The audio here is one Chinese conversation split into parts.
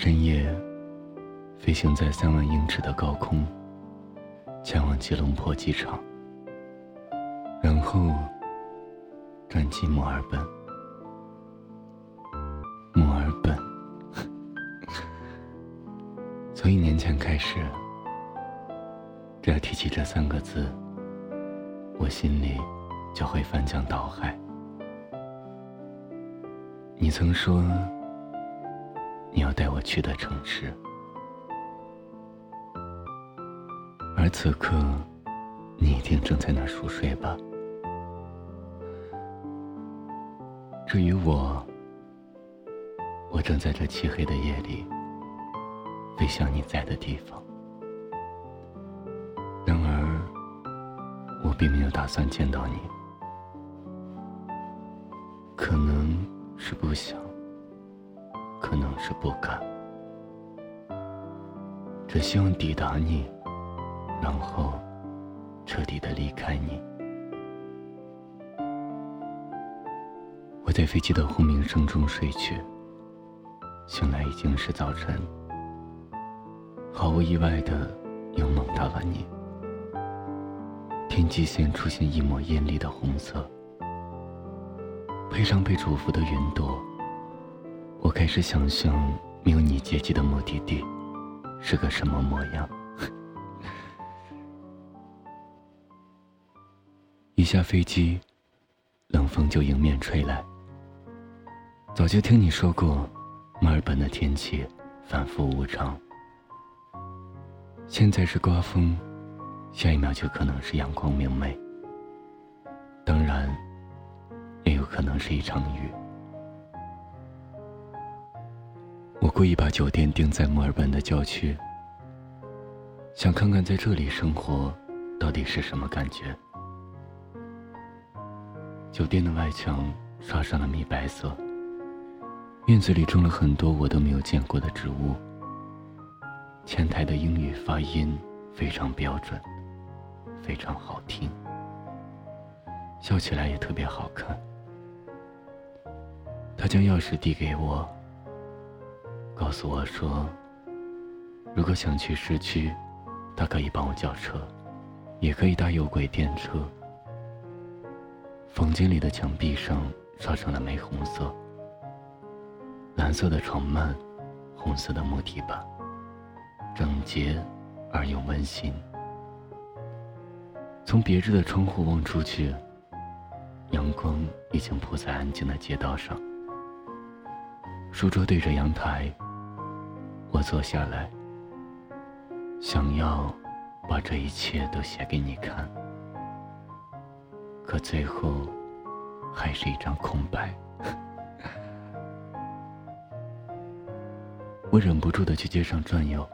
深夜飞行在3万英尺的高空，前往吉隆坡机场，然后转机墨尔本。墨尔本从1年前开始，只要提起这3个字，我心里就会翻江倒海。你曾说你要带我去的城市，而此刻你一定正在那儿熟睡吧。至于我正在这漆黑的夜里飞向你在的地方。然而我并没有打算见到你，可能是不想，可能是不敢，只希望抵达你，然后彻底的离开你。我在飞机的轰鸣声中睡去，醒来已经是早晨，毫无意外的又梦到了你。天际线出现一抹艳丽的红色，配上被祝福的云朵，我开始想象没有你接机的目的地是个什么模样。一下飞机，冷风就迎面吹来。早就听你说过，墨尔本的天气反复无常，现在是刮风，下一秒就可能是阳光明媚，当然也有可能是一场雨。我故意把酒店定在墨尔本的郊区，想看看在这里生活到底是什么感觉。酒店的外墙刷上了米白色，院子里种了很多我都没有见过的植物，前台的英语发音非常标准，非常好听，笑起来也特别好看。他将钥匙递给我，告诉我说，如果想去市区，他可以帮我叫车，也可以搭有轨电车。房间里的墙壁上刷上了玫红色，蓝色的床幔，红色的木地板，整洁而又温馨。从别致的窗户望出去，阳光已经铺在安静的街道上。书桌对着阳台，我坐下来，想要把这一切都写给你看，可最后还是一张空白。我忍不住地去街上转悠，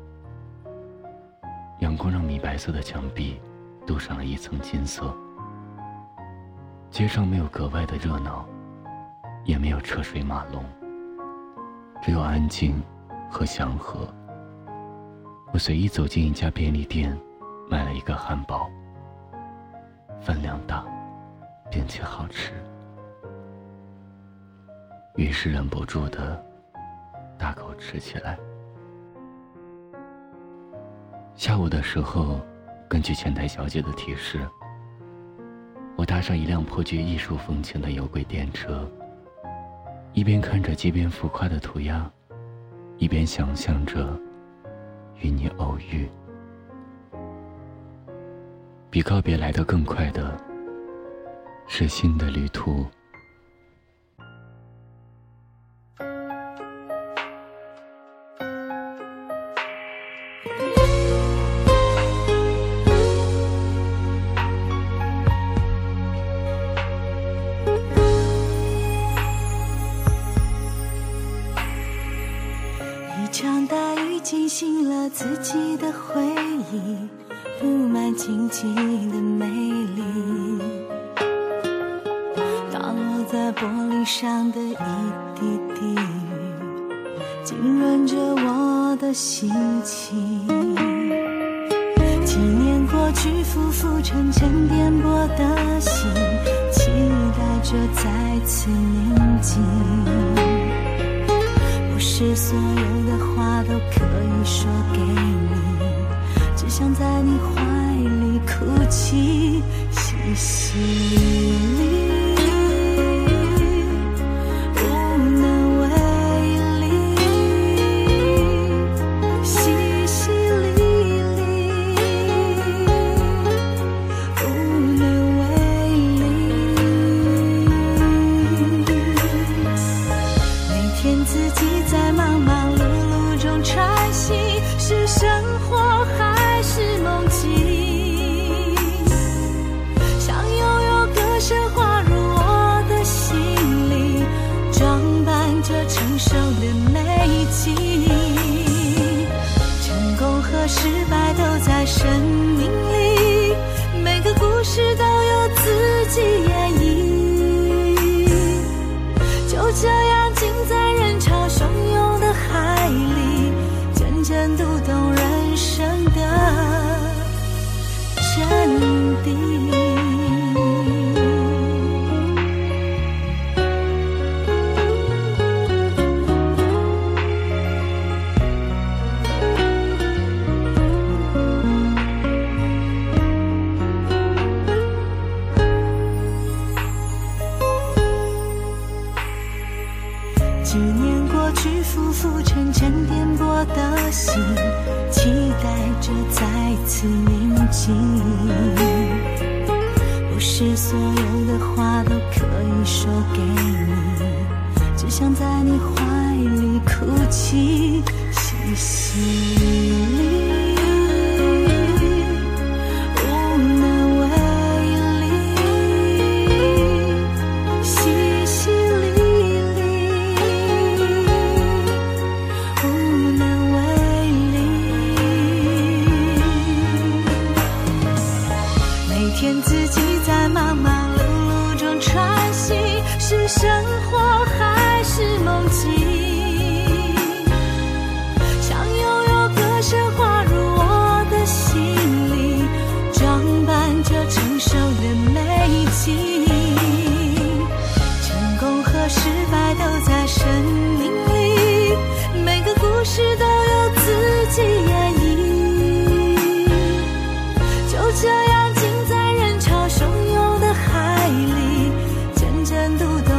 阳光让米白色的墙壁镀上了一层金色。街上没有格外的热闹，也没有车水马龙，只有安静和祥和。我随意走进一家便利店，买了一个汉堡，分量大，并且好吃，于是忍不住的大口吃起来。下午的时候，根据前台小姐的提示，我搭上一辆颇具艺术风情的有轨电车，一边看着街边浮夸的涂鸦，一边想象着与你偶遇。比告别来得更快的是新的旅途。 一场大雨惊醒了自己的回忆，布满荆棘的美丽，打落在玻璃上的一滴滴雨，浸润着我的心情。纪念过去浮浮沉沉颠簸的心，期待着再次宁静。 是所有的话都可以说给你，只想在你怀里哭泣，淅淅沥沥，无能为力，淅淅沥沥，无能为力。每天自己在忙忙碌碌中喘息，是生活还是梦境？想拥有歌声滑入我的心里，装扮着成熟的美景。成功和失败都在生命里，每个故事都有自己演绎。就这样浸在人潮汹涌的海里，渐渐读懂人生的真谛。几年过去，浮浮沉沉颠簸的心，期待着再次宁静。不是所有的话都可以说给你，只想在你怀里哭泣，淅淅沥沥，无能为力，淅淅沥沥，无能为力。每天自己在忙忙碌碌中喘息，是生活还是梦境？想拥有歌声滑入我的心里，装扮着成熟的美景。成功和失败都在生命里，每个故事都有自己演绎。就这样浸在人潮汹涌的海里，渐渐读懂